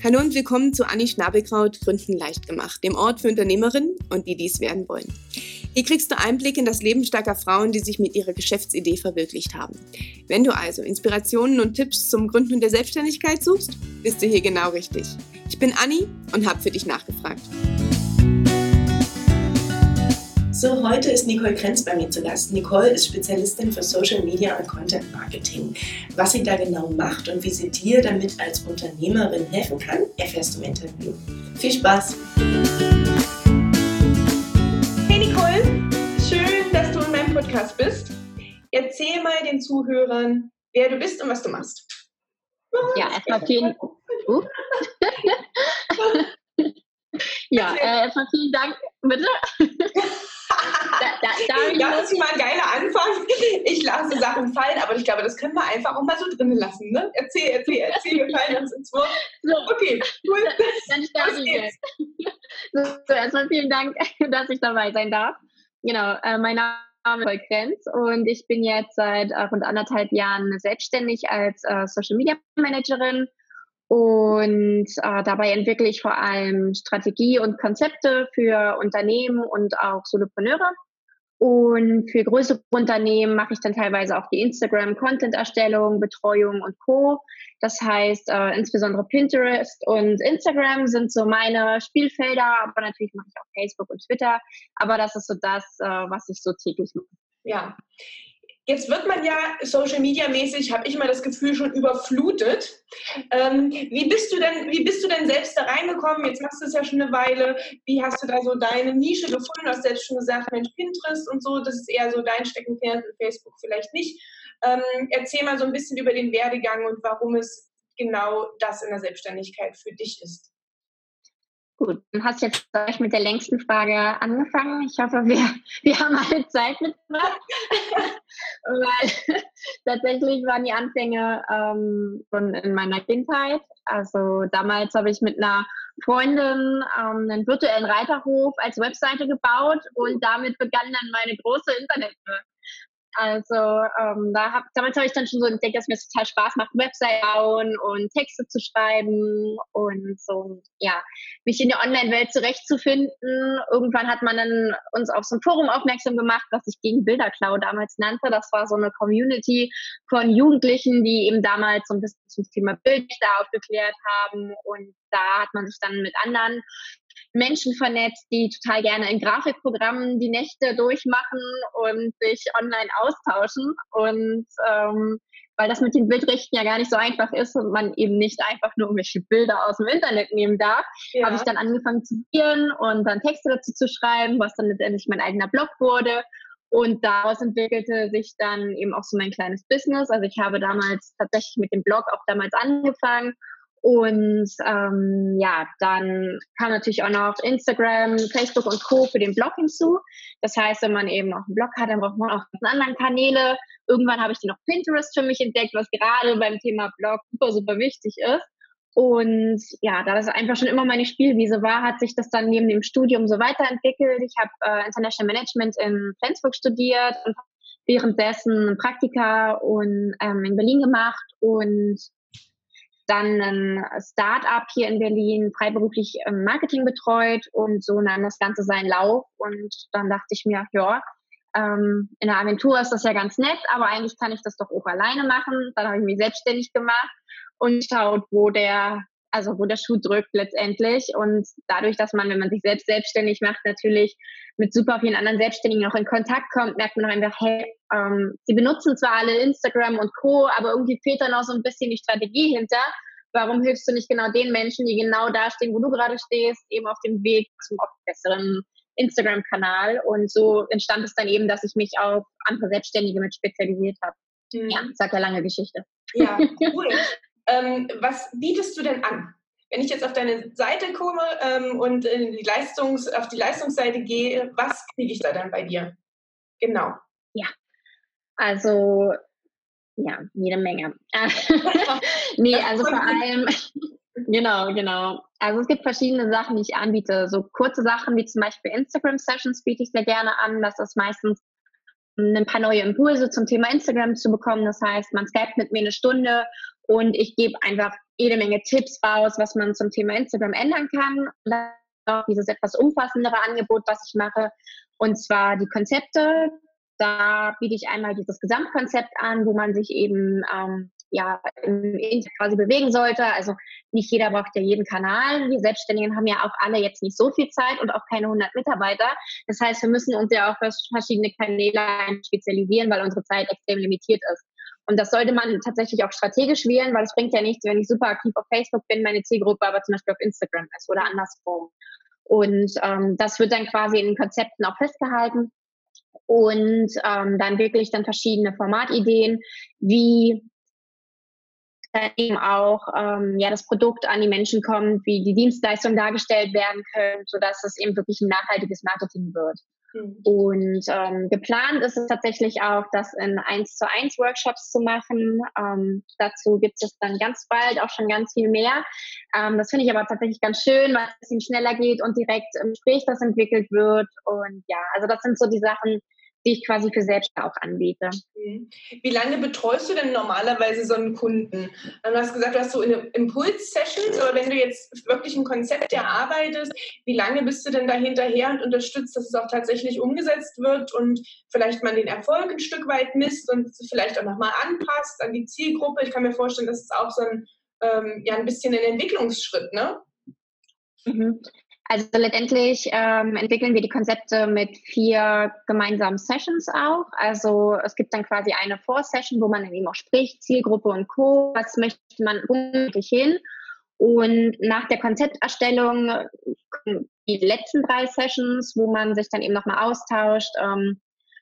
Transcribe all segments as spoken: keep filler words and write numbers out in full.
Hallo und willkommen zu Anni Schnabelkraut Gründen leicht gemacht, dem Ort für Unternehmerinnen und die dies werden wollen. Hier kriegst du Einblick in das Leben starker Frauen, die sich mit ihrer Geschäftsidee verwirklicht haben. Wenn du also Inspirationen und Tipps zum Gründen der Selbstständigkeit suchst, bist du hier genau richtig. Ich bin Anni und habe für dich nachgefragt. So, heute ist Nicole Krenz bei mir zu Gast. Nicole ist Spezialistin für Social Media und Content Marketing. Was sie da genau macht und wie sie dir damit als Unternehmerin helfen kann, erfährst du im Interview. Viel Spaß! Hey Nicole, schön, dass du in meinem Podcast bist. Erzähl mal den Zuhörern, wer du bist und was du machst. Ja, erstmal vielen, uh. ja, äh, erstmal vielen Dank, bitte. Da, da, da das ist mal ein geiler Anfang. Ich lasse Sachen fallen, aber ich glaube, das können wir einfach auch mal so drinnen lassen. Ne? Erzähl, erzähl, erzähl, wir fallen uns ins Wort. So. Okay, cool. Dann starte ich jetzt. So, erstmal vielen Dank, dass ich dabei sein darf. Genau, äh, mein Name ist Nicole Krenz und ich bin jetzt seit äh, rund anderthalb Jahren selbstständig als äh, Social Media Managerin. Und äh, dabei entwickle ich vor allem Strategie und Konzepte für Unternehmen und auch Solopreneure. Und für größere Unternehmen mache ich dann teilweise auch die Instagram-Content-Erstellung, Betreuung und Co. Das heißt, äh, insbesondere Pinterest und Instagram sind so meine Spielfelder, aber natürlich mache ich auch Facebook und Twitter. Aber das ist so das, äh, was ich so täglich mache. Ja. Jetzt wird man ja Social-Media-mäßig, habe ich immer das Gefühl, schon überflutet. Ähm, wie bist du denn, wie bist du denn selbst da reingekommen? Jetzt machst du es ja schon eine Weile. Wie hast du da so deine Nische gefunden? Du hast selbst schon gesagt, Mensch, Pinterest und so, das ist eher so dein Steckenpferd und Facebook vielleicht nicht. Ähm, erzähl mal so ein bisschen über den Werdegang und warum es genau das in der Selbstständigkeit für dich ist. Gut, dann hast du jetzt gleich mit der längsten Frage angefangen. Ich hoffe, wir, wir haben alle Zeit mitgebracht. Weil tatsächlich waren die Anfänge ähm, schon in meiner Kindheit. Also damals habe ich mit einer Freundin ähm, einen virtuellen Reiterhof als Webseite gebaut und damit begann dann meine große Internetwelt. Also ähm, da hab, damals habe ich dann schon so entdeckt, dass mir es total Spaß macht, Website bauen und Texte zu schreiben und so, ja, mich in der Online-Welt zurechtzufinden. Irgendwann hat man dann uns auf so ein Forum aufmerksam gemacht, was sich gegen Bilderklau damals nannte. Das war so eine Community von Jugendlichen, die eben damals so ein bisschen zum Thema Bildrechte aufgeklärt haben, und da hat man sich dann mit anderen Menschen vernetzt, die total gerne in Grafikprogrammen die Nächte durchmachen und sich online austauschen. Und ähm, weil das mit den Bildrechten ja gar nicht so einfach ist und man eben nicht einfach nur irgendwelche Bilder aus dem Internet nehmen darf, ja. habe ich dann angefangen zu studieren und dann Texte dazu zu schreiben, was dann letztendlich mein eigener Blog wurde. Und daraus entwickelte sich dann eben auch so mein kleines Business. Also ich habe damals tatsächlich mit dem Blog auch damals angefangen. Und ähm, ja, dann kam natürlich auch noch Instagram, Facebook und Co. für den Blog hinzu. Das heißt, wenn man eben auch einen Blog hat, dann braucht man auch andere Kanäle. Irgendwann habe ich dann noch Pinterest für mich entdeckt, was gerade beim Thema Blog super, super wichtig ist. Und ja, da das einfach schon immer meine Spielwiese war, hat sich das dann neben dem Studium so weiterentwickelt. Ich habe äh, International Management in Flensburg studiert und währenddessen Praktika und, ähm, in Berlin gemacht und dann ein Start-up hier in Berlin freiberuflich im Marketing betreut, und so nahm das Ganze seinen Lauf. Und dann dachte ich mir, ja, ähm, in der Agentur ist das ja ganz nett, aber eigentlich kann ich das doch auch alleine machen. Dann habe ich mich selbstständig gemacht und schaut, wo der, also wo der Schuh drückt letztendlich. Und dadurch, dass man, wenn man sich selbst selbstständig macht, natürlich mit super vielen anderen Selbstständigen noch in Kontakt kommt, merkt man auch einfach, hey, ähm, sie benutzen zwar alle Instagram und Co., aber irgendwie fehlt da noch so ein bisschen die Strategie hinter. Warum hilfst du nicht genau den Menschen, die genau da stehen, wo du gerade stehst, eben auf dem Weg zum oft besseren Instagram-Kanal? Und so entstand es dann eben, dass ich mich auf andere Selbstständige mit spezialisiert habe. Mhm. Ja, sagt ja lange Geschichte. Ja, cool. ähm, was bietest du denn an? Wenn ich jetzt auf deine Seite komme ähm, und in die Leistungs-, auf die Leistungsseite gehe, was kriege ich da dann bei dir? Genau. Ja, also ja, jede Menge. nee, also vor allem, genau, genau. Also es gibt verschiedene Sachen, die ich anbiete. So kurze Sachen wie zum Beispiel Instagram-Sessions biete ich sehr gerne an. Das ist meistens ein paar neue Impulse zum Thema Instagram zu bekommen. Das heißt, man skypt mit mir eine Stunde Und ich gebe einfach jede Menge Tipps raus, was man zum Thema Instagram ändern kann. Und dann auch dieses etwas umfassendere Angebot, was ich mache, und zwar die Konzepte. Da biete ich einmal dieses Gesamtkonzept an, wo man sich eben ähm, ja im Internet quasi bewegen sollte. Also nicht jeder braucht ja jeden Kanal. Wir Selbstständigen haben ja auch alle jetzt nicht so viel Zeit und auch keine hundert Mitarbeiter. Das heißt, wir müssen uns ja auf verschiedene Kanäle spezialisieren, weil unsere Zeit extrem limitiert ist. Und das sollte man tatsächlich auch strategisch wählen, weil es bringt ja nichts, wenn ich super aktiv auf Facebook bin, meine Zielgruppe aber zum Beispiel auf Instagram ist oder andersrum. Und ähm, das wird dann quasi in den Konzepten auch festgehalten. Und ähm, dann wirklich dann verschiedene Formatideen, wie dann eben auch ähm, ja, das Produkt an die Menschen kommt, wie die Dienstleistung dargestellt werden können, sodass es eben wirklich ein nachhaltiges Marketing wird. Mhm. Und ähm, geplant ist es tatsächlich auch, das in eins zu eins Workshops zu machen. Ähm, dazu gibt es dann ganz bald auch schon ganz viel mehr. Ähm, das finde ich aber tatsächlich ganz schön, weil es ein bisschen schneller geht und direkt im Gespräch das entwickelt wird. Und ja, also das sind so die Sachen, die ich quasi für selbst auch anbiete. Wie lange betreust du denn normalerweise so einen Kunden? Du hast gesagt, du hast so Impuls-Sessions, aber wenn du jetzt wirklich ein Konzept erarbeitest, wie lange bist du denn da hinterher und unterstützt, dass es auch tatsächlich umgesetzt wird und vielleicht man den Erfolg ein Stück weit misst und vielleicht auch nochmal anpasst an die Zielgruppe? Ich kann mir vorstellen, das ist auch so ein, ähm, ja, ein bisschen ein Entwicklungsschritt, ne? Mhm. Also letztendlich ähm, entwickeln wir die Konzepte mit vier gemeinsamen Sessions auch. Also es gibt dann quasi eine Vorsession, wo man dann eben auch spricht, Zielgruppe und Co. Was möchte man wirklich hin? Und nach der Konzepterstellung die letzten drei Sessions, wo man sich dann eben nochmal austauscht ähm,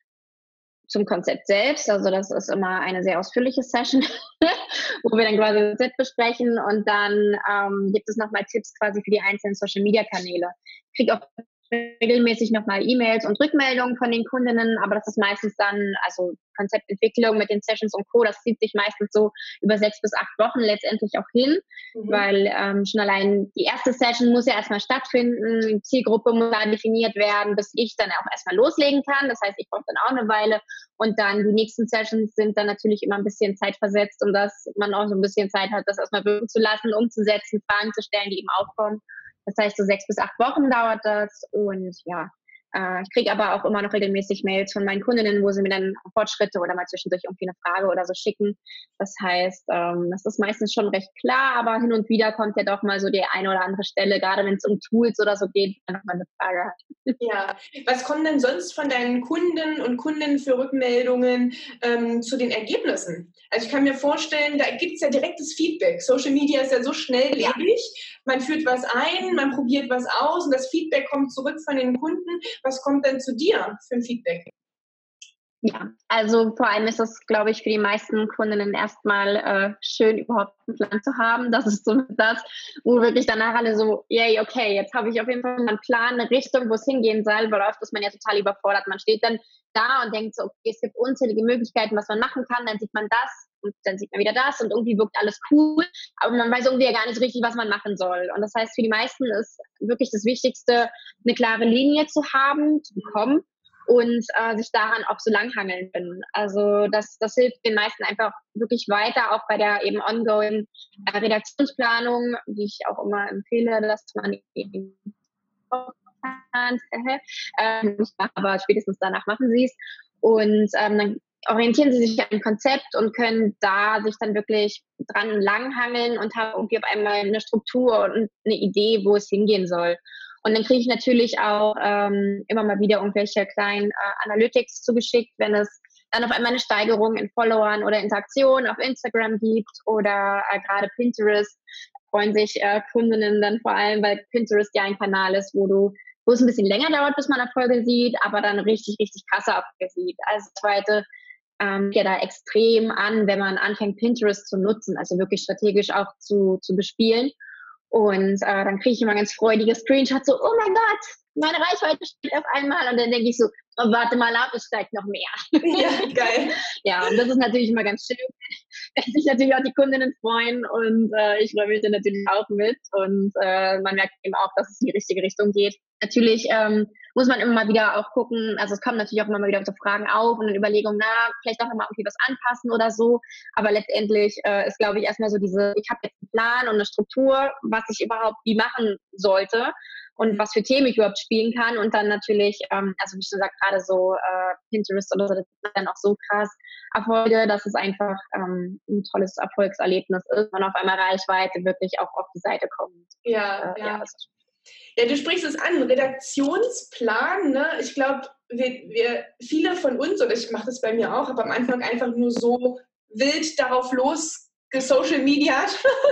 zum Konzept selbst. Also das ist immer eine sehr ausführliche Session, wo wir dann quasi das Konzept besprechen, und dann ähm, gibt es nochmal Tipps quasi für die einzelnen Social-Media-Kanäle. Ich kriege auch regelmäßig nochmal E-Mails und Rückmeldungen von den Kundinnen, aber das ist meistens dann, also Konzeptentwicklung mit den Sessions und Co., das zieht sich meistens so über sechs bis acht Wochen letztendlich auch hin, mhm. weil ähm, schon allein die erste Session muss ja erstmal stattfinden, die Zielgruppe muss da definiert werden, bis ich dann auch erstmal loslegen kann. Das heißt, ich brauche dann auch eine Weile, und dann die nächsten Sessions sind dann natürlich immer ein bisschen zeitversetzt, um dass man auch so ein bisschen Zeit hat, das erstmal wirken zu lassen, umzusetzen, Fragen zu stellen, die eben aufkommen. Das heißt, so sechs bis acht Wochen dauert das, und ja, äh, ich kriege aber auch immer noch regelmäßig Mails von meinen Kundinnen, wo sie mir dann Fortschritte oder mal zwischendurch irgendwie eine Frage oder so schicken. Das heißt, ähm, das ist meistens schon recht klar, aber hin und wieder kommt ja doch mal so die eine oder andere Stelle, gerade wenn es um Tools oder so geht, wenn man eine Frage hat. Ja, was kommen denn sonst von deinen Kunden und Kundinnen für Rückmeldungen ähm, zu den Ergebnissen? Also ich kann mir vorstellen, da gibt es ja direktes Feedback. Social Media ist ja so schnelllebig. Ja. Man führt was ein, man probiert was aus und das Feedback kommt zurück von den Kunden. Was kommt denn zu dir für ein Feedback? Ja, also vor allem ist es, glaube ich, für die meisten Kundinnen erstmal äh, schön, überhaupt einen Plan zu haben. Das ist so das, wo wirklich danach alle so, yay, okay, jetzt habe ich auf jeden Fall einen Plan, eine Richtung, wo es hingehen soll, weil oft ist man ja total überfordert. Man steht dann da und denkt so, okay, es gibt unzählige Möglichkeiten, was man machen kann, dann sieht man das und dann sieht man wieder das und irgendwie wirkt alles cool, aber man weiß irgendwie ja gar nicht so richtig, was man machen soll. Und das heißt, für die meisten ist wirklich das Wichtigste, eine klare Linie zu haben, zu bekommen, und äh, sich daran auch so langhangeln können. Also das, das hilft den meisten einfach wirklich weiter, auch bei der eben ongoing äh, Redaktionsplanung, die ich auch immer empfehle, dass man eben ähm, aber spätestens danach machen sie es. Und ähm, dann orientieren sie sich an einem Konzept und können da sich dann wirklich dran langhangeln und haben irgendwie auf einmal eine Struktur und eine Idee, wo es hingehen soll. Und dann kriege ich natürlich auch ähm, immer mal wieder irgendwelche kleinen äh, Analytics zugeschickt, wenn es dann auf einmal eine Steigerung in Followern oder Interaktionen auf Instagram gibt oder äh, gerade Pinterest, freuen sich äh, Kundinnen dann vor allem, weil Pinterest ja ein Kanal ist, wo du wo es ein bisschen länger dauert, bis man Erfolge sieht, aber dann richtig, richtig krasse Erfolge sieht. Also zweite ähm, ja da extrem an, wenn man anfängt, Pinterest zu nutzen, also wirklich strategisch auch zu, zu bespielen. Und äh, dann kriege ich immer ganz freudige Screenshots, so, oh mein Gott, meine Reichweite steigt auf einmal. Und dann denke ich so, oh, warte mal ab, es steigt noch mehr. Ja, geil. Ja, und das ist natürlich immer ganz schön, dass sich natürlich auch die Kundinnen freuen und äh, ich freue mich dann natürlich auch mit und äh, man merkt eben auch, dass es in die richtige Richtung geht. Natürlich ähm, muss man immer mal wieder auch gucken, also es kommen natürlich auch immer mal wieder so Fragen auf und eine Überlegung, na, vielleicht doch nochmal irgendwie was anpassen oder so, aber letztendlich äh, ist, glaube ich, erstmal so diese, ich habe jetzt einen Plan und eine Struktur, was ich überhaupt wie machen sollte und was für Themen ich überhaupt spielen kann und dann natürlich, ähm, also wie schon gesagt, gerade so äh, Pinterest oder so, das ist dann auch so krass Erfolge, dass es einfach ähm, ein tolles Erfolgserlebnis ist und auf einmal Reichweite wirklich auch auf die Seite kommt. Ja, äh, ja. ja, das ist Ja, du sprichst es an, Redaktionsplan, ne? Ich glaube, wir, wir, viele von uns, oder ich mache das bei mir auch, habe am Anfang einfach nur so wild darauf los Social Media.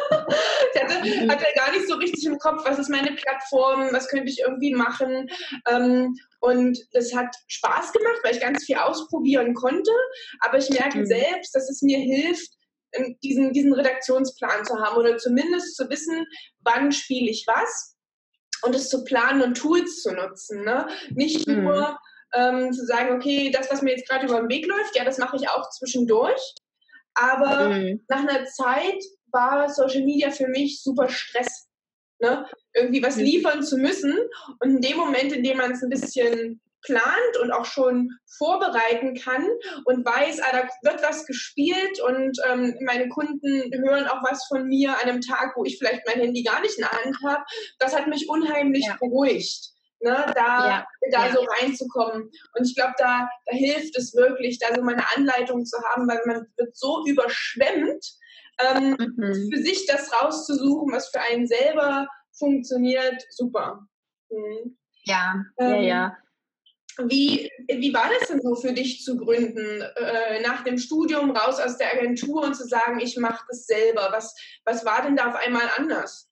Ich hatte, hatte gar nicht so richtig im Kopf, was ist meine Plattform, was könnte ich irgendwie machen. Ähm, und es hat Spaß gemacht, weil ich ganz viel ausprobieren konnte. Aber ich merke Mhm. selbst, dass es mir hilft, diesen, diesen Redaktionsplan zu haben oder zumindest zu wissen, wann spiele ich was. Und es zu planen und Tools zu nutzen. Ne? Nicht Mhm. nur ähm, zu sagen, okay, das, was mir jetzt gerade über den Weg läuft, ja, das mache ich auch zwischendurch. Aber Mhm. nach einer Zeit war Social Media für mich super Stress. Ne? Irgendwie was Mhm. liefern zu müssen. Und in dem Moment, in dem man es ein bisschen plant und auch schon vorbereiten kann und weiß, ah, da wird was gespielt und ähm, meine Kunden hören auch was von mir an einem Tag, wo ich vielleicht mein Handy gar nicht in der Hand habe, das hat mich unheimlich Ja. beruhigt, ne, da, Ja. da Ja. so reinzukommen. Und ich glaube, da, da hilft es wirklich, da so mal eine Anleitung zu haben, weil man wird so überschwemmt, ähm, Mhm. für sich das rauszusuchen, was für einen selber funktioniert, super. Mhm. Ja, Ähm, ja, ja. Wie, wie war das denn so für dich zu gründen, äh, nach dem Studium raus aus der Agentur und zu sagen, ich mache das selber? Was, was war denn da auf einmal anders?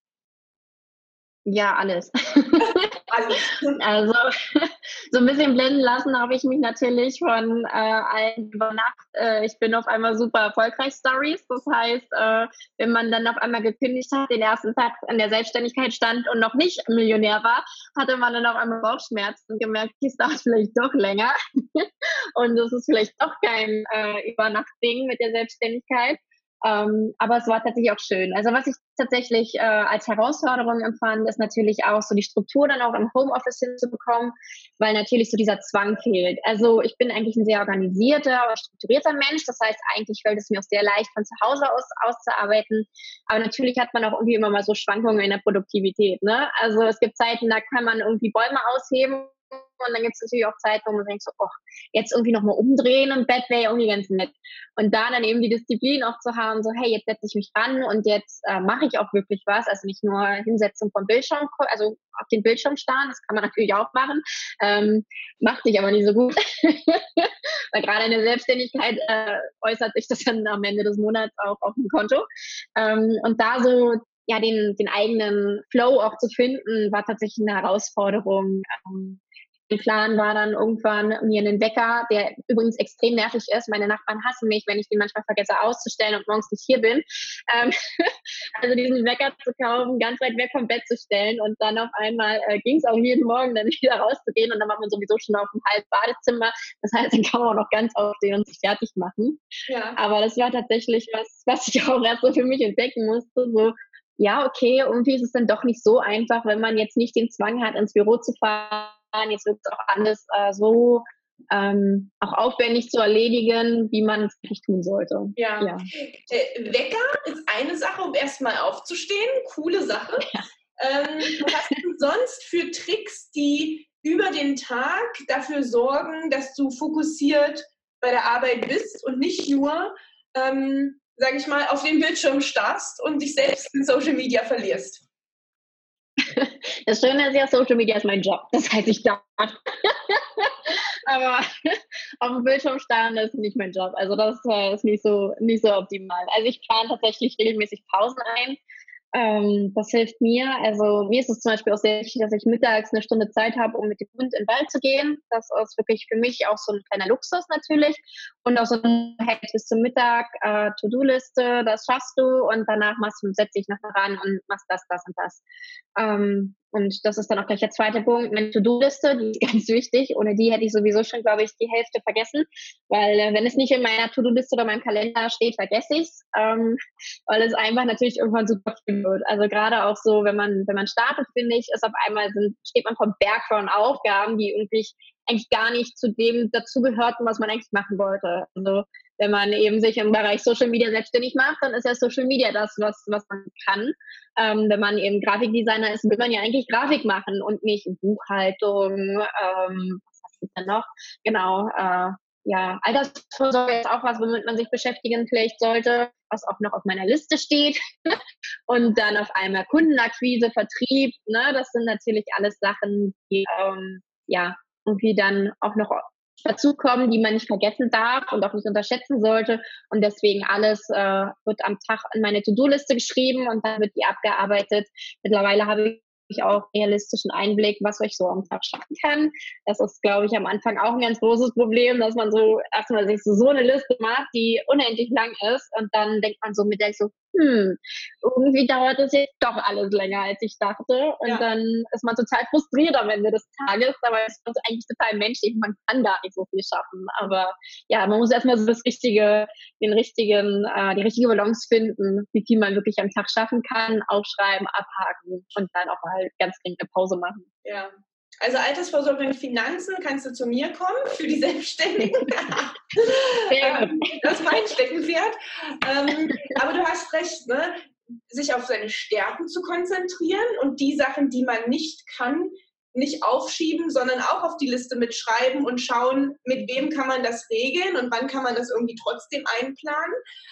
Ja, alles. Alles. Also so ein bisschen blenden lassen habe ich mich natürlich von äh, allen über Nacht. Äh, ich bin auf einmal super erfolgreich Stories. Das heißt, äh, wenn man dann auf einmal gekündigt hat, den ersten Tag in der Selbstständigkeit stand und noch nicht Millionär war, hatte man dann auf einmal Bauchschmerzen und gemerkt, es dauert vielleicht doch länger. Und das ist vielleicht doch kein äh, Übernachtding mit der Selbstständigkeit. Ähm, aber es war tatsächlich auch schön. Also was ich tatsächlich äh, als Herausforderung empfand, ist natürlich auch so die Struktur dann auch im Homeoffice hinzubekommen, weil natürlich so dieser Zwang fehlt. Also ich bin eigentlich ein sehr organisierter, strukturierter Mensch. Das heißt, eigentlich fällt es mir auch sehr leicht, von zu Hause aus auszuarbeiten. Aber natürlich hat man auch irgendwie immer mal so Schwankungen in der Produktivität. Ne? Also es gibt Zeiten, da kann man irgendwie Bäume ausheben. Und dann gibt es natürlich auch Zeiten, wo man denkt so, oh, jetzt irgendwie nochmal umdrehen im Bett wäre ja irgendwie ganz nett. Und da dann eben die Disziplin auch zu haben, so hey, jetzt setze ich mich ran und jetzt äh, mache ich auch wirklich was. Also nicht nur Hinsetzung vom Bildschirm, also auf den Bildschirm starren, das kann man natürlich auch machen, ähm, macht sich aber nicht so gut. Weil gerade in der Selbstständigkeit äh, äußert sich das dann am Ende des Monats auch auf dem Konto. Ähm, und da so ja den, den eigenen Flow auch zu finden, war tatsächlich eine Herausforderung. Ähm, Mein Plan war dann irgendwann mir einen Wecker, der übrigens extrem nervig ist. Meine Nachbarn hassen mich, wenn ich den manchmal vergesse auszustellen und morgens nicht hier bin. Ähm, also diesen Wecker zu kaufen, ganz weit weg vom Bett zu stellen und dann auf einmal äh, ging es auch jeden Morgen dann wieder rauszugehen und dann war man sowieso schon auf dem halben Badezimmer. Das heißt, dann kann man auch noch ganz aufstehen und sich fertig machen. Ja. Aber das war tatsächlich was, was ich auch erst so für mich entdecken musste. So, ja, okay, irgendwie ist es dann doch nicht so einfach, wenn man jetzt nicht den Zwang hat, ins Büro zu fahren. Jetzt wird es auch alles äh, so ähm, auch aufwendig zu erledigen, wie man es eigentlich tun sollte. Ja. Ja. Äh, Wecker ist eine Sache, um erstmal aufzustehen. Coole Sache. Ja. Ähm, was hast du sonst für Tricks, die über den Tag dafür sorgen, dass du fokussiert bei der Arbeit bist und nicht nur, ähm, sag ich mal, auf den Bildschirm starrst und dich selbst in Social Media verlierst? Das Schöne ist ja, Social Media ist mein Job. Das heißt, ich darf. Aber auf dem Bildschirm starren ist nicht mein Job. Also das äh, ist nicht so, nicht so optimal. Also ich plane tatsächlich regelmäßig Pausen ein. Ähm, das hilft mir. Also mir ist es zum Beispiel auch sehr wichtig, dass ich mittags eine Stunde Zeit habe, um mit dem Hund in den Wald zu gehen. Das ist wirklich für mich auch so ein kleiner Luxus natürlich. Und auch so ein hey, bis zum Mittag, äh, To-Do-Liste, das schaffst du und danach machst du, setz dich noch mal ran und machst das, das und das. Ähm, und das ist dann auch gleich der zweite Punkt, meine To-Do-Liste, die ist ganz wichtig. Ohne die hätte ich sowieso schon, glaube ich, die Hälfte vergessen. Weil äh, wenn es nicht in meiner To-Do-Liste oder meinem Kalender steht, vergesse ich es. Ähm, weil es einfach natürlich irgendwann super viel wird. Also gerade auch so, wenn man, wenn man startet, finde ich, ist auf einmal sind, steht man vom Berg von Aufgaben, die irgendwie eigentlich gar nicht zu dem dazugehörten, was man eigentlich machen wollte. Also wenn man eben sich im Bereich Social Media selbstständig macht, dann ist ja Social Media das, was, was man kann. Ähm, wenn man eben Grafikdesigner ist, will man ja eigentlich Grafik machen und nicht Buchhaltung, ähm, was gibt denn noch? Genau, äh, ja, Altersvorsorge ist auch was, womit man sich beschäftigen vielleicht sollte, was auch noch auf meiner Liste steht. Und dann auf einmal Kundenakquise, Vertrieb, ne, das sind natürlich alles Sachen, die ähm, ja irgendwie dann auch noch dazukommen, die man nicht vergessen darf und auch nicht unterschätzen sollte. Und deswegen alles äh, wird am Tag in meine To-Do-Liste geschrieben und dann wird die abgearbeitet. Mittlerweile habe ich auch realistischen Einblick, was ich so am Tag schaffen kann. Das ist, glaube ich, am Anfang auch ein ganz großes Problem, dass man so erstmal sich so, so eine Liste macht, die unendlich lang ist und dann denkt man so mit der so, hm, irgendwie dauert das jetzt doch alles länger, als ich dachte. Und ja. Dann ist man total frustriert am Ende des Tages, aber es ist eigentlich total menschlich, man kann gar nicht so viel schaffen. Aber ja, man muss erstmal so das richtige, den richtigen, äh, die richtige Balance finden, wie viel man wirklich am Tag schaffen kann, aufschreiben, abhaken und dann auch mal ganz dringend eine Pause machen. Ja. Also Altersvorsorge und Finanzen kannst du zu mir kommen für die Selbstständigen. ähm, das ist mein Steckenpferd. Ähm, aber du hast recht, ne? Sich auf seine Stärken zu konzentrieren und die Sachen, die man nicht kann, nicht aufschieben, sondern auch auf die Liste mitschreiben und schauen, mit wem kann man das regeln und wann kann man das irgendwie trotzdem einplanen.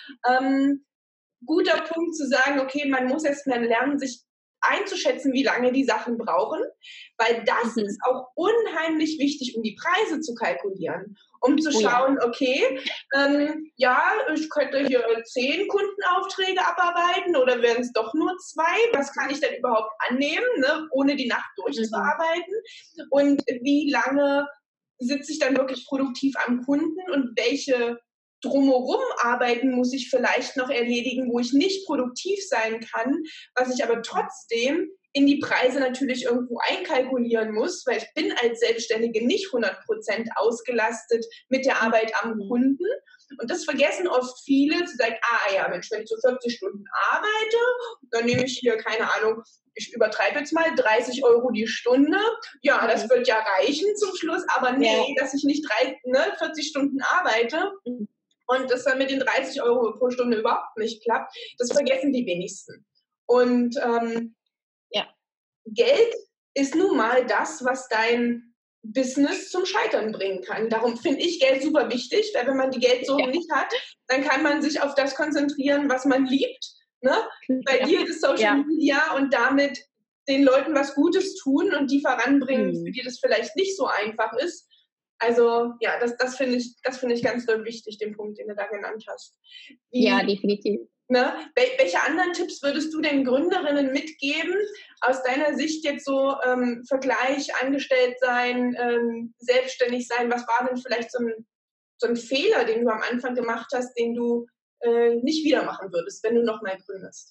Ähm, guter Punkt zu sagen, okay, man muss erst mal lernen, sich einzuschätzen, wie lange die Sachen brauchen, weil das mhm. ist auch unheimlich wichtig, um die Preise zu kalkulieren, um zu schauen, okay, ähm, ja, ich könnte hier zehn Kundenaufträge abarbeiten oder werden es doch nur zwei, was kann ich denn überhaupt annehmen, ne, ohne die Nacht durchzuarbeiten mhm. und wie lange sitze ich dann wirklich produktiv am Kunden und welche drumherum arbeiten muss ich vielleicht noch erledigen, wo ich nicht produktiv sein kann, was ich aber trotzdem in die Preise natürlich irgendwo einkalkulieren muss, weil ich bin als Selbstständige nicht hundert Prozent ausgelastet mit der Arbeit am Kunden. Und das vergessen oft viele, zu sagen, ah ja, Mensch, wenn ich so vierzig Stunden arbeite, dann nehme ich hier, keine Ahnung, ich übertreibe jetzt mal, dreißig Euro die Stunde. Ja, das wird ja reichen zum Schluss, aber nee, ja. dass ich nicht drei, ne, vierzig Stunden arbeite, und das dann mit den dreißig Euro pro Stunde überhaupt nicht klappt, das vergessen die wenigsten. Und ähm, ja. Geld ist nun mal das, was dein Business zum Scheitern bringen kann. Darum finde ich Geld super wichtig, weil wenn man die Geldsorgen ja. nicht hat, dann kann man sich auf das konzentrieren, was man liebt. Ne? Bei ja. dir ist Social ja. Media und damit den Leuten was Gutes tun und die voranbringen, mhm. für die das vielleicht nicht so einfach ist. Also ja, das, das finde ich, das finde ich ganz wichtig, den Punkt, den du da genannt hast. Wie, ja, definitiv. Ne, welche anderen Tipps würdest du den Gründerinnen mitgeben, aus deiner Sicht jetzt so ähm, Vergleich, angestellt sein, ähm, selbstständig sein? Was war denn vielleicht so ein, so ein Fehler, den du am Anfang gemacht hast, den du äh, nicht wieder machen würdest, wenn du nochmal gründest?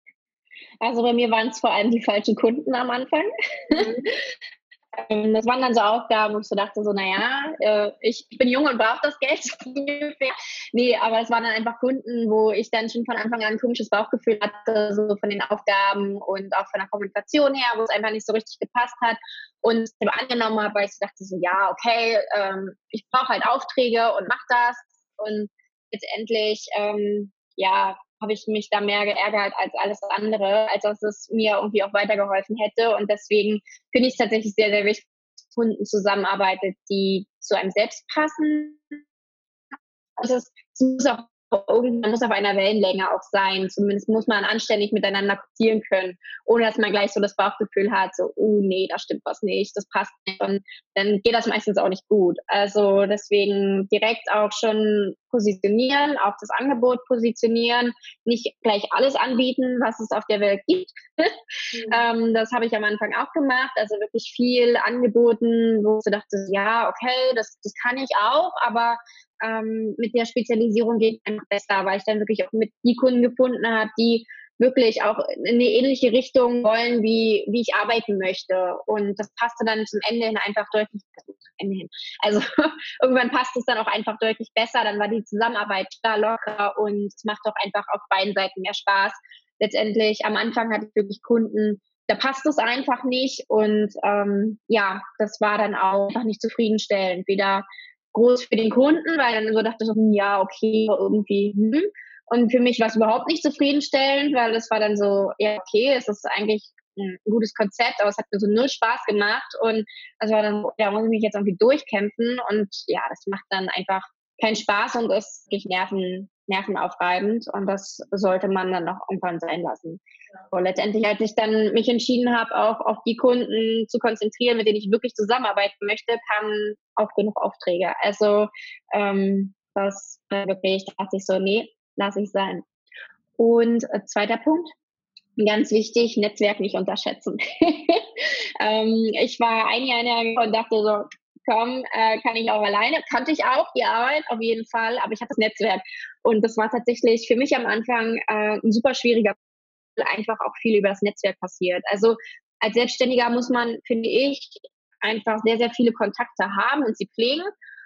Also bei mir waren es vor allem die falschen Kunden am Anfang. Mhm. Das waren dann so Aufgaben, wo ich so dachte, so, naja, äh, ich bin jung und brauche das Geld ungefähr. Nee, aber es waren dann einfach Kunden, wo ich dann schon von Anfang an ein komisches Bauchgefühl hatte, so von den Aufgaben und auch von der Kommunikation her, wo es einfach nicht so richtig gepasst hat. Und es angenommen habe, weil ich so dachte, so, ja, okay, ähm, ich brauche halt Aufträge und mach das. Und letztendlich, ähm, ja, habe ich mich da mehr geärgert als alles andere, als dass es mir irgendwie auch weitergeholfen hätte. Und deswegen finde ich es tatsächlich sehr, sehr wichtig, dass Kunden zusammenarbeitet, die zu einem selbst passen. Und es muss auch irgendwann muss auf einer Wellenlänge auch sein. Zumindest muss man anständig miteinander kommunizieren können, ohne dass man gleich so das Bauchgefühl hat, so, oh nee, da stimmt was nicht, das passt nicht. Und dann geht das meistens auch nicht gut. Also deswegen direkt auch schon positionieren, auf das Angebot positionieren, nicht gleich alles anbieten, was es auf der Welt gibt. Mhm. ähm, das habe ich am Anfang auch gemacht, also wirklich viel angeboten, wo ich dachte, ja, okay, das, das kann ich auch, aber ähm, mit der Spezialisierung geht es einfach besser, weil ich dann wirklich auch mit die Kunden gefunden habe, die wirklich auch in eine ähnliche Richtung wollen, wie, wie ich arbeiten möchte. Und das passte dann zum Ende hin einfach deutlich, Ende hin. Also irgendwann passt es dann auch einfach deutlich besser. Dann war die Zusammenarbeit da locker und es macht auch einfach auf beiden Seiten mehr Spaß. Letztendlich am Anfang hatte ich wirklich Kunden, da passt es einfach nicht. Und ähm, ja, das war dann auch einfach nicht zufriedenstellend. Weder groß für den Kunden, weil dann so dachte ich, so, ja, okay, irgendwie, hm. Und für mich war es überhaupt nicht zufriedenstellend, weil es war dann so, ja, okay, es ist eigentlich ein gutes Konzept, aber es hat mir so null Spaß gemacht und das war dann, ja, muss ich mich jetzt irgendwie durchkämpfen und ja, das macht dann einfach keinen Spaß und ist wirklich nerven, nervenaufreibend und das sollte man dann auch irgendwann sein lassen. Und letztendlich, als ich dann mich entschieden habe, auch auf die Kunden zu konzentrieren, mit denen ich wirklich zusammenarbeiten möchte, kamen auch genug Aufträge. Also ähm, das war wirklich, da dachte ich so, nee, lasse ich sein. Und äh, zweiter Punkt, ganz wichtig, Netzwerk nicht unterschätzen. ähm, ich war ein Jahr in der Agentur und dachte so, komm, äh, kann ich auch alleine. Kannte ich auch, die Arbeit auf jeden Fall, aber ich hatte das Netzwerk. Und das war tatsächlich für mich am Anfang äh, ein super schwieriger, weil einfach auch viel über das Netzwerk passiert. Also als Selbstständiger muss man, finde ich, einfach sehr, sehr viele Kontakte haben und sie pflegen.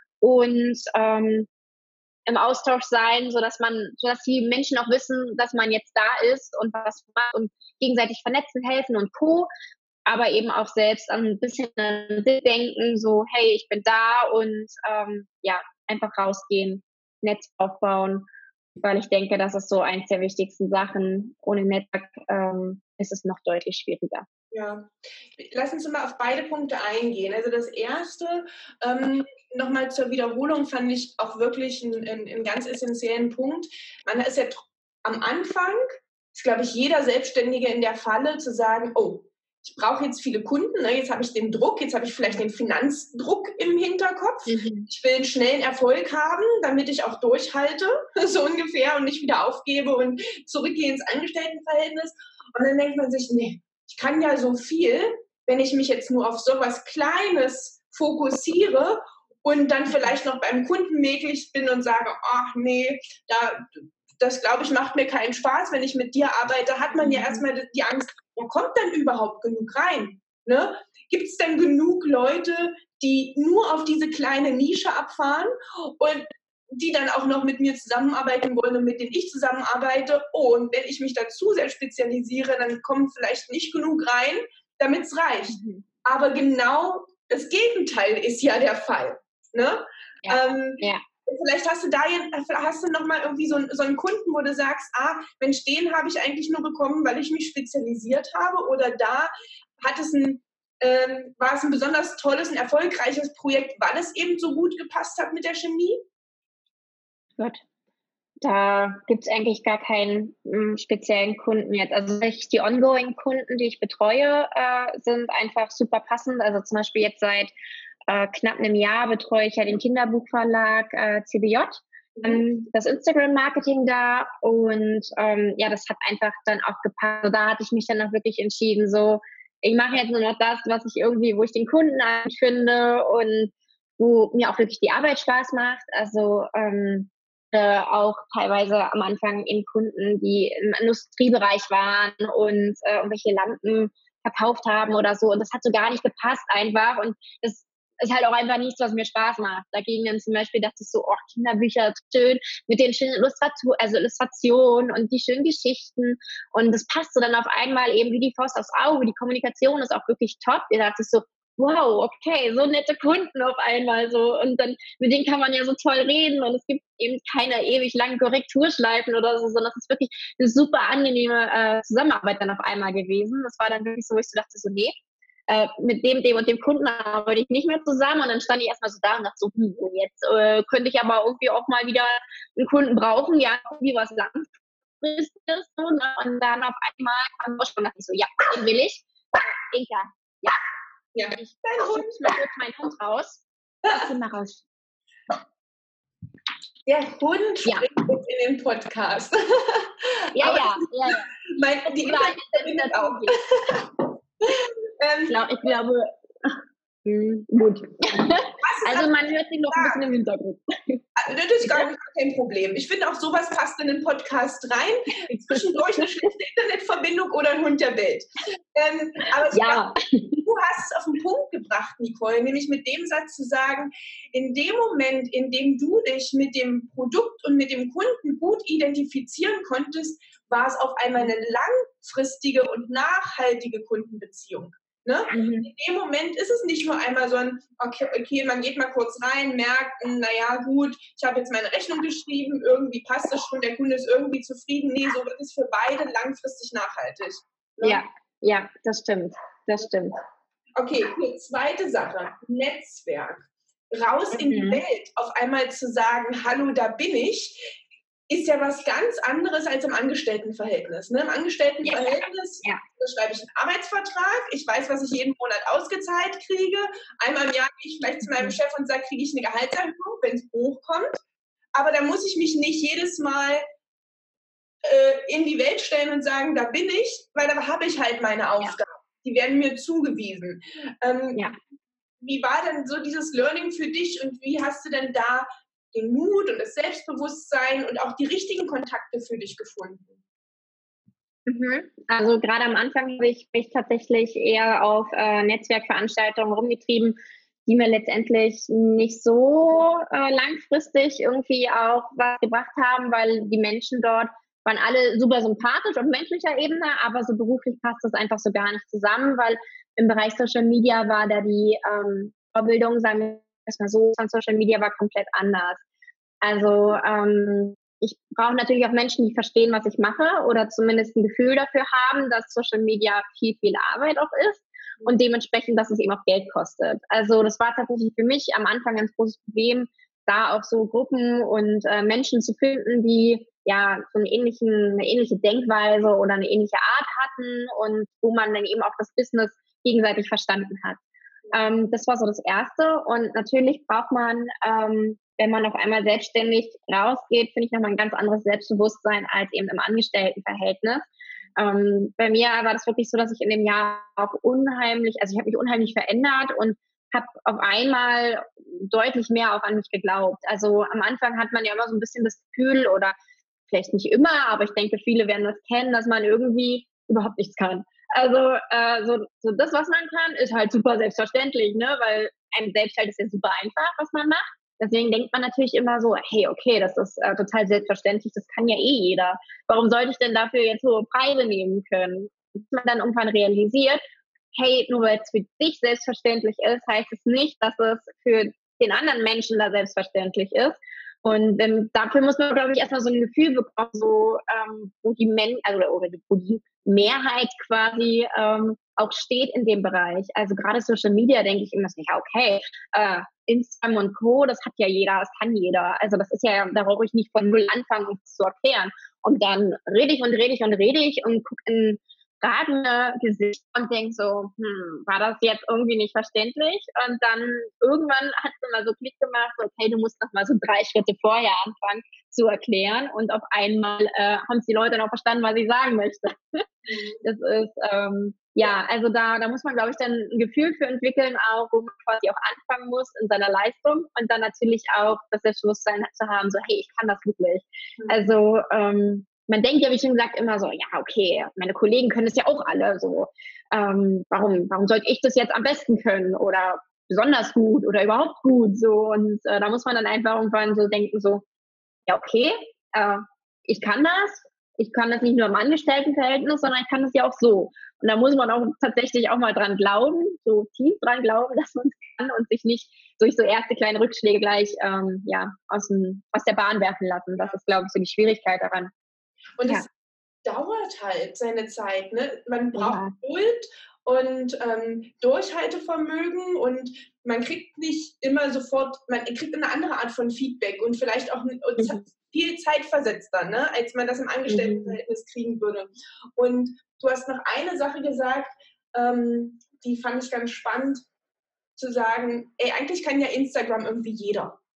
Und ähm, im Austausch sein, so dass man, so dass die Menschen auch wissen, dass man jetzt da ist und was macht und gegenseitig vernetzen, helfen und Co. Aber eben auch selbst ein bisschen denken, so, hey, ich bin da und ähm, ja, einfach rausgehen, Netz aufbauen, weil ich denke, das ist so eins der wichtigsten Sachen. Ohne Netzwerk ähm, ist es noch deutlich schwieriger. Ja, lass uns mal auf beide Punkte eingehen. Also das erste, ähm, nochmal zur Wiederholung, fand ich auch wirklich einen, einen ganz essentiellen Punkt. Man ist ja am Anfang, ist glaube ich jeder Selbstständige in der Falle zu sagen, oh, ich brauche jetzt viele Kunden, ne? Jetzt habe ich den Druck, jetzt habe ich vielleicht den Finanzdruck im Hinterkopf. Mhm. Ich will einen schnellen Erfolg haben, damit ich auch durchhalte, so ungefähr, und nicht wieder aufgebe und zurückgehe ins Angestelltenverhältnis. Und dann denkt man sich, nee, ich kann ja so viel, wenn ich mich jetzt nur auf sowas Kleines fokussiere und dann vielleicht noch beim Kunden möglich bin und sage, ach nee, da, das glaube ich macht mir keinen Spaß, wenn ich mit dir arbeite, hat man ja erstmal die Angst, wo kommt denn überhaupt genug rein? Ne? Gibt es denn genug Leute, die nur auf diese kleine Nische abfahren und die dann auch noch mit mir zusammenarbeiten wollen und mit denen ich zusammenarbeite? Oh, und wenn ich mich dazu sehr spezialisiere, dann kommen vielleicht nicht genug rein, damit es reicht. Mhm. Aber genau das Gegenteil ist ja der Fall. Ne? Ja. Ähm, ja. Vielleicht hast du da hast du noch mal irgendwie so, so einen Kunden, wo du sagst, ah, Mensch, den habe ich eigentlich nur bekommen, weil ich mich spezialisiert habe, oder da hat es ein, ähm, war es ein besonders tolles, ein erfolgreiches Projekt, weil es eben so gut gepasst hat mit der Chemie? Gut. Da gibt es eigentlich gar keinen m, speziellen Kunden jetzt. Also die Ongoing-Kunden, die ich betreue, äh, sind einfach super passend. Also zum Beispiel jetzt seit äh, knapp einem Jahr betreue ich ja den Kinderbuchverlag äh, C B J, ähm, das Instagram-Marketing da, und ähm, ja, das hat einfach dann auch gepasst. Also da hatte ich mich dann auch wirklich entschieden, so, ich mache jetzt nur noch das, was ich irgendwie, wo ich den Kunden finde und wo mir auch wirklich die Arbeit Spaß macht. Also ähm, äh, auch teilweise am Anfang in Kunden, die im Industriebereich waren und äh, irgendwelche Lampen verkauft haben oder so. Und das hat so gar nicht gepasst einfach. Und das ist halt auch einfach nichts, was mir Spaß macht. Dagegen dann zum Beispiel dachte ich so, oh, Kinderbücher, schön, mit den schönen Illustrationen, also Illustrationen und die schönen Geschichten. Und das passt so dann auf einmal eben wie die Faust aufs Auge. Die Kommunikation ist auch wirklich top. Da dachte ich so, wow, okay, so nette Kunden auf einmal so. Und dann, mit denen kann man ja so toll reden und es gibt eben keine ewig langen Korrekturschleifen oder so, sondern es ist wirklich eine super angenehme äh, Zusammenarbeit dann auf einmal gewesen. Das war dann wirklich so, wo ich so dachte, so, nee, äh, mit dem, dem und dem Kunden arbeite ich nicht mehr zusammen. Und dann stand ich erstmal so da und dachte so, hm, jetzt äh, könnte ich aber irgendwie auch mal wieder einen Kunden brauchen, ja, irgendwie was langfristiges. So, ne? Und dann auf einmal kam ich schon, dachte ich so, ja, den will ich. Inka, ja. Ja, ich schub's mal kurz meinen Hund raus. Lass ihn mal raus. Der Hund Ja. springt jetzt in den Podcast. Ja, Aber ja, ja, ja. mein, die Oder Internetverbindung auch. Ich Ähm, glaube, ich glaube, hm, gut. hast du Also grad- man hört sie noch ein bisschen im Hintergrund. Das ist gar nicht kein Problem. Ich finde auch, sowas passt in den Podcast rein. Zwischendurch eine schlechte Internetverbindung oder ein Hund, der bellt. Ähm, aber ich Ja. glaub, du hast es auf den Punkt gebracht, Nicole, nämlich mit dem Satz zu sagen, in dem Moment, in dem du dich mit dem Produkt und mit dem Kunden gut identifizieren konntest, war es auf einmal eine langfristige und nachhaltige Kundenbeziehung. Ne? Mhm. In dem Moment ist es nicht nur einmal so ein, okay, okay man geht mal kurz rein, merkt, naja gut, ich habe jetzt meine Rechnung geschrieben, irgendwie passt es schon, der Kunde ist irgendwie zufrieden. Nee, so wird es für beide langfristig nachhaltig. Ne? Ja, ja, das stimmt. Das stimmt. Okay, cool. Zweite Sache, Netzwerk. Raus in die Mhm. Welt, auf einmal zu sagen, hallo, da bin ich, ist ja was ganz anderes als im Angestelltenverhältnis. Ne? Im Angestelltenverhältnis Ja. da schreibe ich einen Arbeitsvertrag, ich weiß, was ich jeden Monat ausgezahlt kriege. Einmal im Jahr gehe ich vielleicht zu meinem Chef und sage, kriege ich eine Gehaltserhöhung, wenn es hochkommt. Aber da muss ich mich nicht jedes Mal äh, in die Welt stellen und sagen, da bin ich, weil da habe ich halt meine Aufgaben. Die werden mir zugewiesen. Ähm, Ja. Wie war denn so dieses Learning für dich und wie hast du denn da den Mut und das Selbstbewusstsein und auch die richtigen Kontakte für dich gefunden? Mhm. Also gerade am Anfang habe ich mich tatsächlich eher auf äh, Netzwerkveranstaltungen rumgetrieben, die mir letztendlich nicht so äh, langfristig irgendwie auch was gebracht haben, weil die Menschen dort waren alle super sympathisch auf menschlicher Ebene, aber so beruflich passt das einfach so gar nicht zusammen, weil im Bereich Social Media war da die ähm, Vorbildung, sagen wir es mal so, von Social Media war komplett anders. Also ähm, ich brauche natürlich auch Menschen, die verstehen, was ich mache oder zumindest ein Gefühl dafür haben, dass Social Media viel, viel Arbeit auch ist und dementsprechend, dass es eben auch Geld kostet. Also das war tatsächlich für mich am Anfang ein großes Problem, da auch so Gruppen und äh, Menschen zu finden, die ja so einen ähnlichen, eine ähnliche Denkweise oder eine ähnliche Art hatten und wo man dann eben auch das Business gegenseitig verstanden hat. Ähm, das war so das Erste. Und natürlich braucht man, ähm, wenn man auf einmal selbstständig rausgeht, finde ich nochmal ein ganz anderes Selbstbewusstsein als eben im Angestelltenverhältnis. Ähm, bei mir war das wirklich so, dass ich in dem Jahr auch unheimlich, also ich habe mich unheimlich verändert und habe auf einmal deutlich mehr auch an mich geglaubt. Also am Anfang hat man ja immer so ein bisschen das Gefühl, oder vielleicht nicht immer, aber ich denke, viele werden das kennen, dass man irgendwie überhaupt nichts kann. Also äh, so, so das, was man kann, ist halt super selbstverständlich, ne? Weil einem selbst halt ist ja super einfach, was man macht. Deswegen denkt man natürlich immer so, hey, okay, das ist äh, total selbstverständlich, das kann ja eh jeder. Warum sollte ich denn dafür jetzt hohe Preise nehmen können? Bis man dann irgendwann realisiert, hey, nur weil es für dich selbstverständlich ist, heißt es nicht, dass es für den anderen Menschen da selbstverständlich ist. Und ähm, dafür muss man, glaube ich, erstmal so ein Gefühl bekommen, so, ähm, wo die Men also oder die, wo die Mehrheit quasi ähm, auch steht in dem Bereich. Also gerade Social Media denke ich immer so, ja, okay, äh, Instagram und Co., das hat ja jeder, das kann jeder. Also das ist ja, da brauche ich nicht von null anfangen, um es zu erklären. Und dann rede ich und rede ich und rede ich und gucke in fragende Gesicht und denke so, hm, war das jetzt irgendwie nicht verständlich? Und dann irgendwann hat es immer so Klick gemacht, so, okay, du musst noch mal so drei Schritte vorher anfangen zu erklären und auf einmal äh, haben es die Leute noch verstanden, was ich sagen möchte. Das ist, ähm, ja, also da, da muss man, glaube ich, dann ein Gefühl für entwickeln, auch wo man quasi auch anfangen muss in seiner Leistung und dann natürlich auch das Selbstbewusstsein zu haben, so, hey, ich kann das wirklich. Also, ähm, man denkt ja, wie schon gesagt, immer so, ja, okay, meine Kollegen können es ja auch alle so. Ähm, warum, warum sollte ich das jetzt am besten können oder besonders gut oder überhaupt gut so? Und äh, da muss man dann einfach irgendwann so denken, so, ja, okay, äh, ich kann das. Ich kann das nicht nur im Angestelltenverhältnis, sondern ich kann das ja auch so. Und da muss man auch tatsächlich auch mal dran glauben, so tief dran glauben, dass man es kann und sich nicht durch so erste kleine Rückschläge gleich ähm, ja, aus, dem, aus der Bahn werfen lassen. Das ist, glaube ich, so die Schwierigkeit daran. Und Ja. es dauert halt seine Zeit. Ne? Man braucht Ja. Geduld und ähm, Durchhaltevermögen und man kriegt nicht immer sofort, man kriegt eine andere Art von Feedback und vielleicht auch und Mhm. viel zeitversetzter, ne? Als man das im Angestelltenverhältnis kriegen würde. Und du hast noch eine Sache gesagt, ähm, die fand ich ganz spannend, zu sagen, ey, eigentlich kann ja Instagram irgendwie jeder.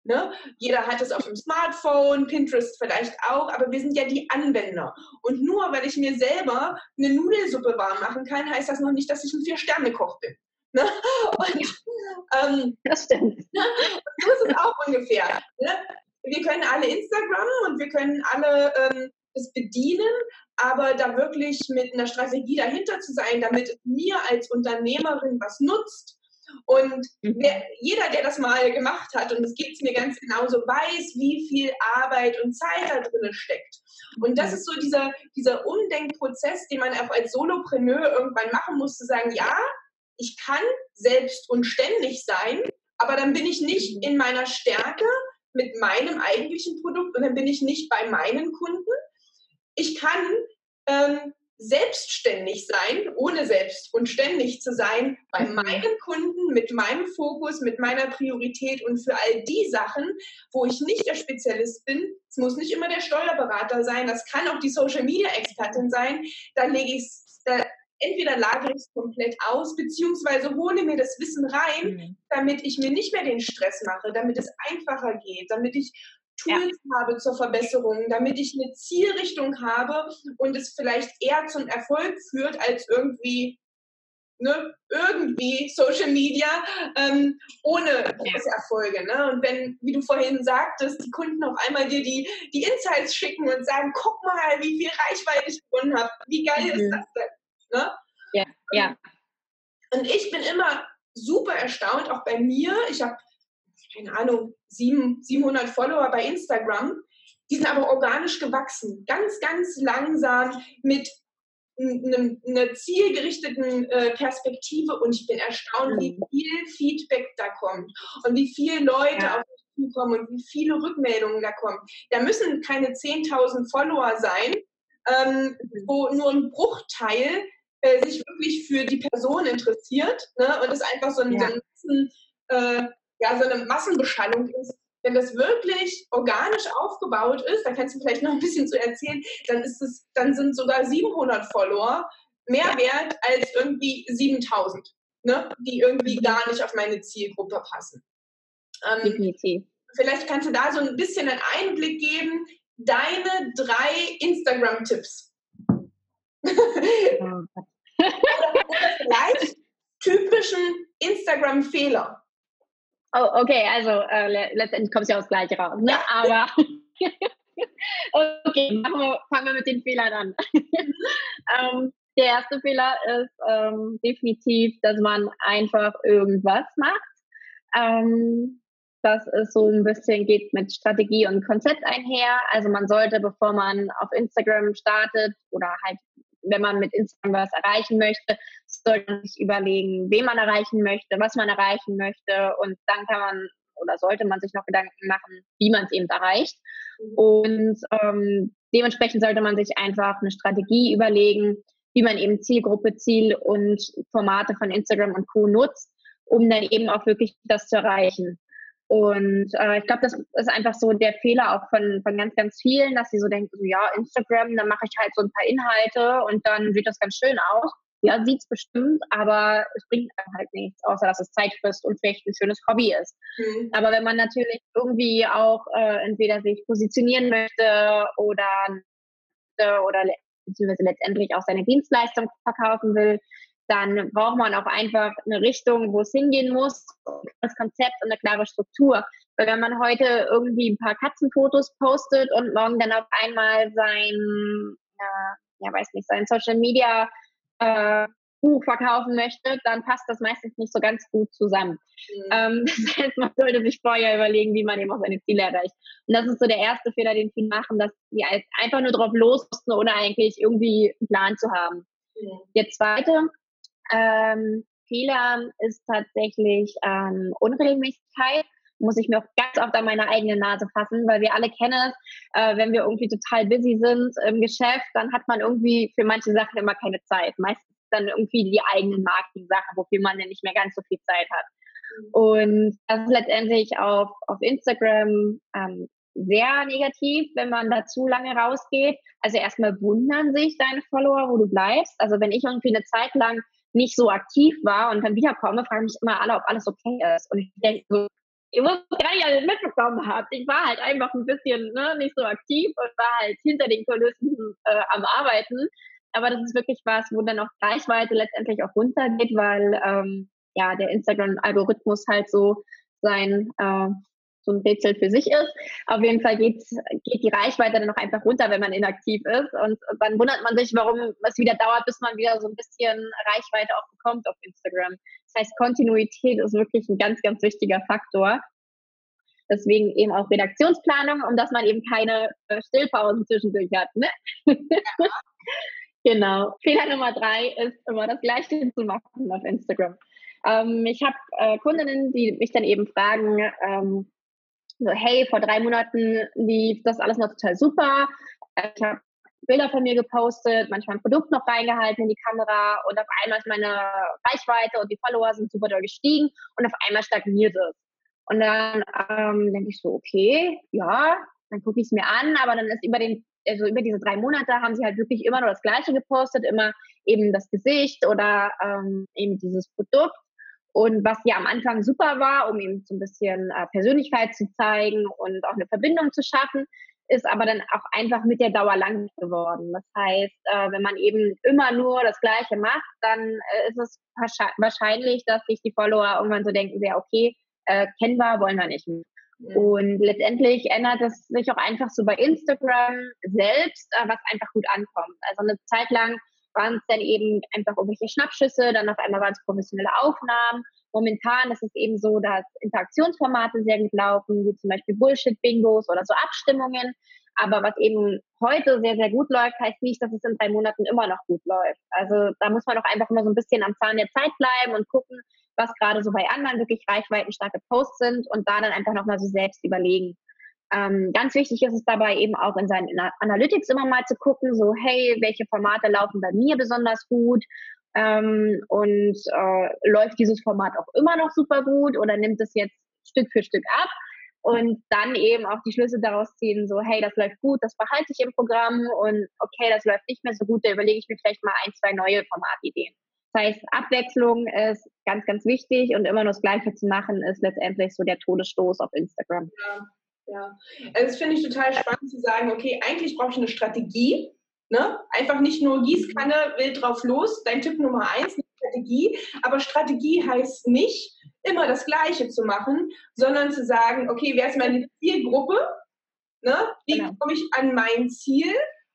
Ne? Jeder hat es auf dem Smartphone, Pinterest vielleicht auch, aber wir sind ja die Anwender. Und nur weil ich mir selber eine Nudelsuppe warm machen kann, heißt das noch nicht, dass ich ein Vier-Sterne-Koch bin. Ne? Und, ähm, das stimmt. So ist es auch ungefähr. Ne? Wir können alle Instagram und wir können alle ähm, es bedienen, aber da wirklich mit einer Strategie dahinter zu sein, damit es mir als Unternehmerin was nutzt. Und wer, jeder, der das mal gemacht hat, und es geht mir ganz genauso, weiß, wie viel Arbeit und Zeit da drin steckt. Und das ist so dieser, dieser Umdenkprozess, den man auch als Solopreneur irgendwann machen muss, zu sagen, ja, ich kann selbst und ständig sein, aber dann bin ich nicht in meiner Stärke mit meinem eigentlichen Produkt und dann bin ich nicht bei meinen Kunden. Ich kann ähm, selbstständig sein, ohne selbst und ständig zu sein, bei meinen Kunden, mit meinem Fokus, mit meiner Priorität und für all die Sachen, wo ich nicht der Spezialist bin. Es muss nicht immer der Steuerberater sein, das kann auch die Social-Media-Expertin sein. Da lege ich es, entweder lagere ich es komplett aus, beziehungsweise hole mir das Wissen rein, mhm. damit ich mir nicht mehr den Stress mache, damit es einfacher geht, damit ich Tools ja. habe zur Verbesserung, damit ich eine Zielrichtung habe und es vielleicht eher zum Erfolg führt, als irgendwie, ne, irgendwie Social Media ähm, ohne große Erfolge. Ne? Und wenn, wie du vorhin sagtest, die Kunden auf einmal dir die, die Insights schicken und sagen, guck mal, wie viel Reichweite ich gewonnen habe, wie geil mhm. ist das denn? Ne? Ja, ja. Und ich bin immer super erstaunt, auch bei mir. Ich habe, keine Ahnung, sieben, siebenhundert Follower bei Instagram. Die sind aber organisch gewachsen. Ganz, ganz langsam mit einer zielgerichteten äh, Perspektive. Und ich bin erstaunt, wie viel Feedback da kommt und wie viele Leute ja. auf mich zukommen und wie viele Rückmeldungen da kommen. Da müssen keine zehntausend Follower sein, ähm, wo nur ein Bruchteil äh, sich wirklich für die Person interessiert, ne? Und es einfach so ein, ja. so ein äh, ja, so eine Massenbeschallung ist. Wenn das wirklich organisch aufgebaut ist, da kannst du vielleicht noch ein bisschen zu erzählen, dann ist es, dann sind sogar siebenhundert Follower mehr wert als irgendwie siebentausend, ne? Die irgendwie gar nicht auf meine Zielgruppe passen. Ähm, Definitiv. Vielleicht kannst du da so ein bisschen einen Einblick geben, deine drei Instagram-Tipps. Oder, oder vielleicht typischen Instagram-Fehler. Oh, okay, also äh, letztendlich kommt es ja aufs Gleiche raus, ne? Aber okay, machen wir, fangen wir mit den Fehlern an. ähm, der erste Fehler ist ähm, definitiv, dass man einfach irgendwas macht. Ähm, das ist so ein bisschen, geht mit Strategie und Konzept einher. Also man sollte, bevor man auf Instagram startet oder halt, wenn man mit Instagram was erreichen möchte, sollte man sich überlegen, wen man erreichen möchte, was man erreichen möchte, und dann kann man oder sollte man sich noch Gedanken machen, wie man es eben erreicht. Und ähm, dementsprechend sollte man sich einfach eine Strategie überlegen, wie man eben Zielgruppe, Ziel und Formate von Instagram und Co. nutzt, um dann eben auch wirklich das zu erreichen. Und äh, ich glaube, das ist einfach so der Fehler auch von, von ganz, ganz vielen, dass sie so denken, so, ja, Instagram, dann mache ich halt so ein paar Inhalte und dann sieht das ganz schön aus. Ja, sieht's bestimmt, aber es bringt einem halt nichts, außer dass es Zeit frisst und vielleicht ein schönes Hobby ist. Mhm. Aber wenn man natürlich irgendwie auch äh, entweder sich positionieren möchte oder, oder beziehungsweise letztendlich auch seine Dienstleistung verkaufen will, dann braucht man auch einfach eine Richtung, wo es hingehen muss, das Konzept und eine klare Struktur. Weil wenn man heute irgendwie ein paar Katzenfotos postet und morgen dann auf einmal sein, ja, ja weiß nicht, sein Social Media äh, Buch verkaufen möchte, dann passt das meistens nicht so ganz gut zusammen. Mhm. Ähm, das heißt, man sollte sich vorher überlegen, wie man eben auch seine Ziele erreicht. Und das ist so der erste Fehler, den viele machen, dass die einfach nur drauf losposten, ohne eigentlich irgendwie einen Plan zu haben. Mhm. Der zweite Ähm, Fehler ist tatsächlich ähm, Unregelmäßigkeit. Muss ich mir auch ganz oft an meine eigene Nase fassen, weil wir alle kennen es, äh, wenn wir irgendwie total busy sind im Geschäft, dann hat man irgendwie für manche Sachen immer keine Zeit. Meistens dann irgendwie die eigenen Marketing-Sachen, wofür man dann nicht mehr ganz so viel Zeit hat. Und das ist letztendlich auf, auf Instagram ähm, sehr negativ, wenn man da zu lange rausgeht. Also erstmal wundern sich deine Follower, wo du bleibst. Also wenn ich irgendwie eine Zeit lang nicht so aktiv war und dann wiederkomme, fragen mich immer alle, ob alles okay ist. Und ich denke so, ich wusste gar nicht, dass ihr mitbekommen habt. Ich war halt einfach ein bisschen ne, nicht so aktiv und war halt hinter den Kulissen äh, am Arbeiten. Aber das ist wirklich was, wo dann auch Reichweite letztendlich auch runtergeht, weil ähm, ja der Instagram-Algorithmus halt so sein äh, so ein Rätsel für sich ist. Auf jeden Fall geht, geht die Reichweite dann noch einfach runter, wenn man inaktiv ist. Und dann wundert man sich, warum es wieder dauert, bis man wieder so ein bisschen Reichweite auch bekommt auf Instagram. Das heißt, Kontinuität ist wirklich ein ganz, ganz wichtiger Faktor. Deswegen eben auch Redaktionsplanung, um dass man eben keine äh, Stillpausen zwischendurch hat. Ne? Ja. Genau. Fehler Nummer drei ist immer das Gleiche zu machen auf Instagram. Ähm, ich habe äh, Kundinnen, die mich dann eben fragen, ähm, so, hey, vor drei Monaten lief das alles noch total super. Ich habe Bilder von mir gepostet, manchmal ein Produkt noch reingehalten in die Kamera und auf einmal ist meine Reichweite und die Follower sind super doll gestiegen und auf einmal stagniert es. Und dann ähm, denke ich so, okay, ja, dann gucke ich es mir an, aber dann ist über den, also über diese drei Monate haben sie halt wirklich immer nur das Gleiche gepostet, immer eben das Gesicht oder ähm, eben dieses Produkt. Und was ja am Anfang super war, um eben so ein bisschen äh, Persönlichkeit zu zeigen und auch eine Verbindung zu schaffen, ist aber dann auch einfach mit der Dauer lang geworden. Das heißt, äh, wenn man eben immer nur das Gleiche macht, dann äh, ist es wahrscheinlich, dass sich die Follower irgendwann so denken, ja okay, äh, kennen wir, wollen wir nicht mehr. Mhm. Und letztendlich ändert es sich auch einfach so bei Instagram selbst, äh, was einfach gut ankommt. Also eine Zeit lang waren es dann eben einfach irgendwelche Schnappschüsse, dann auf einmal waren es professionelle Aufnahmen. Momentan ist es eben so, dass Interaktionsformate sehr gut laufen, wie zum Beispiel Bullshit-Bingos oder so Abstimmungen. Aber was eben heute sehr, sehr gut läuft, heißt nicht, dass es in drei Monaten immer noch gut läuft. Also da muss man auch einfach immer so ein bisschen am Zahn der Zeit bleiben und gucken, was gerade so bei anderen wirklich reichweitenstarke Posts sind und da dann einfach nochmal so selbst überlegen. Ähm, ganz wichtig ist es dabei eben auch in seinen Analytics immer mal zu gucken, so hey, welche Formate laufen bei mir besonders gut ähm, und äh, läuft dieses Format auch immer noch super gut oder nimmt es jetzt Stück für Stück ab und dann eben auch die Schlüsse daraus ziehen, so hey, das läuft gut, das behalte ich im Programm und okay, das läuft nicht mehr so gut, da überlege ich mir vielleicht mal ein, zwei neue Formatideen. Das heißt, Abwechslung ist ganz, ganz wichtig und immer nur das Gleiche zu machen, ist letztendlich so der Todesstoß auf Instagram. Ja. Ja, also das finde ich total spannend zu sagen, okay, eigentlich brauche ich eine Strategie, ne? Einfach nicht nur Gießkanne, wild drauf los, dein Tipp Nummer eins, eine Strategie, aber Strategie heißt nicht, immer das Gleiche zu machen, sondern zu sagen, okay, wer ist meine Zielgruppe, ne? Wie genau. komme ich an mein Ziel,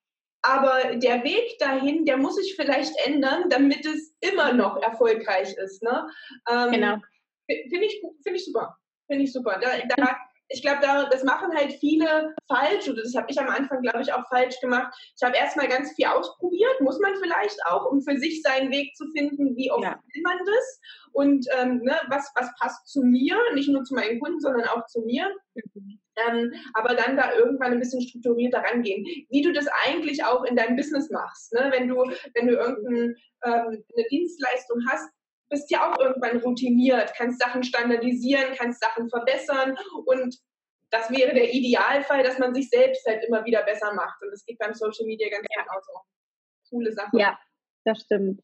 aber der Weg dahin, der muss sich vielleicht ändern, damit es immer noch erfolgreich ist, ne? Ähm, genau. Finde ich, find ich super, finde ich super. Da, da Ich glaube, da, das machen halt viele falsch, oder das habe ich am Anfang, glaube ich, auch falsch gemacht. Ich habe erstmal ganz viel ausprobiert, muss man vielleicht auch, um für sich seinen Weg zu finden, wie oft ja. will man das und ähm, ne, was, was passt zu mir, nicht nur zu meinen Kunden, sondern auch zu mir. Mhm. Ähm, aber dann da irgendwann ein bisschen strukturierter rangehen. Wie du das eigentlich auch in deinem Business machst, ne? Wenn du, wenn du irgendeine ähm, eine Dienstleistung hast, bist ja auch irgendwann routiniert, kannst Sachen standardisieren, kannst Sachen verbessern und das wäre der Idealfall, dass man sich selbst halt immer wieder besser macht und das geht beim Social Media ganz ja. genauso. Coole Sache. Ja, das stimmt.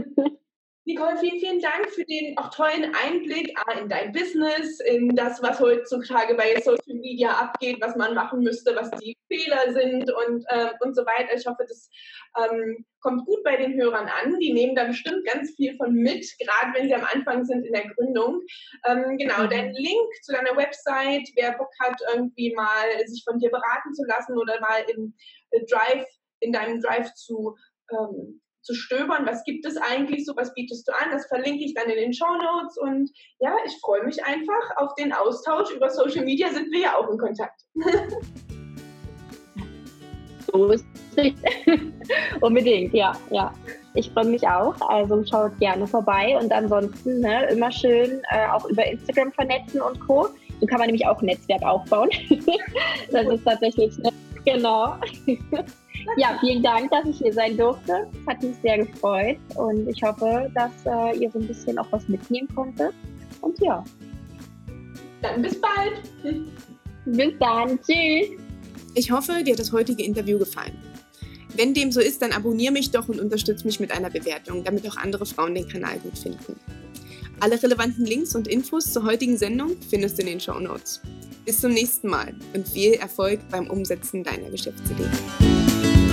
Nicole, vielen, vielen Dank für den auch tollen Einblick in dein Business, in das, was heutzutage bei Social Media abgeht, was man machen müsste, was die Fehler sind und, äh, und so weiter. Ich hoffe, das ähm, kommt gut bei den Hörern an. Die nehmen da bestimmt ganz viel von mit, gerade wenn sie am Anfang sind in der Gründung. Ähm, genau, mhm. dein Link zu deiner Website, wer Bock hat, irgendwie mal sich von dir beraten zu lassen oder mal im Drive, in deinem Drive zu ähm, zu stöbern, was gibt es eigentlich so, was bietest du an, das verlinke ich dann in den Shownotes und ja, ich freue mich einfach auf den Austausch. Über Social Media sind wir ja auch in Kontakt. So ist es. Unbedingt, ja, ja. Ich freue mich auch, also schaut gerne vorbei und ansonsten ne, immer schön äh, auch über Instagram vernetzen und Co. So kann man nämlich auch ein Netzwerk aufbauen. Das ist tatsächlich, ne, genau. Ja, vielen Dank, dass ich hier sein durfte. Es hat mich sehr gefreut und ich hoffe, dass äh, ihr so ein bisschen auch was mitnehmen konntet. Und ja. Dann bis bald. Bis dann. Tschüss. Ich hoffe, dir hat das heutige Interview gefallen. Wenn dem so ist, dann abonniere mich doch und unterstütze mich mit einer Bewertung, damit auch andere Frauen den Kanal gut finden. Alle relevanten Links und Infos zur heutigen Sendung findest du in den Shownotes. Bis zum nächsten Mal und viel Erfolg beim Umsetzen deiner Geschäftsidee.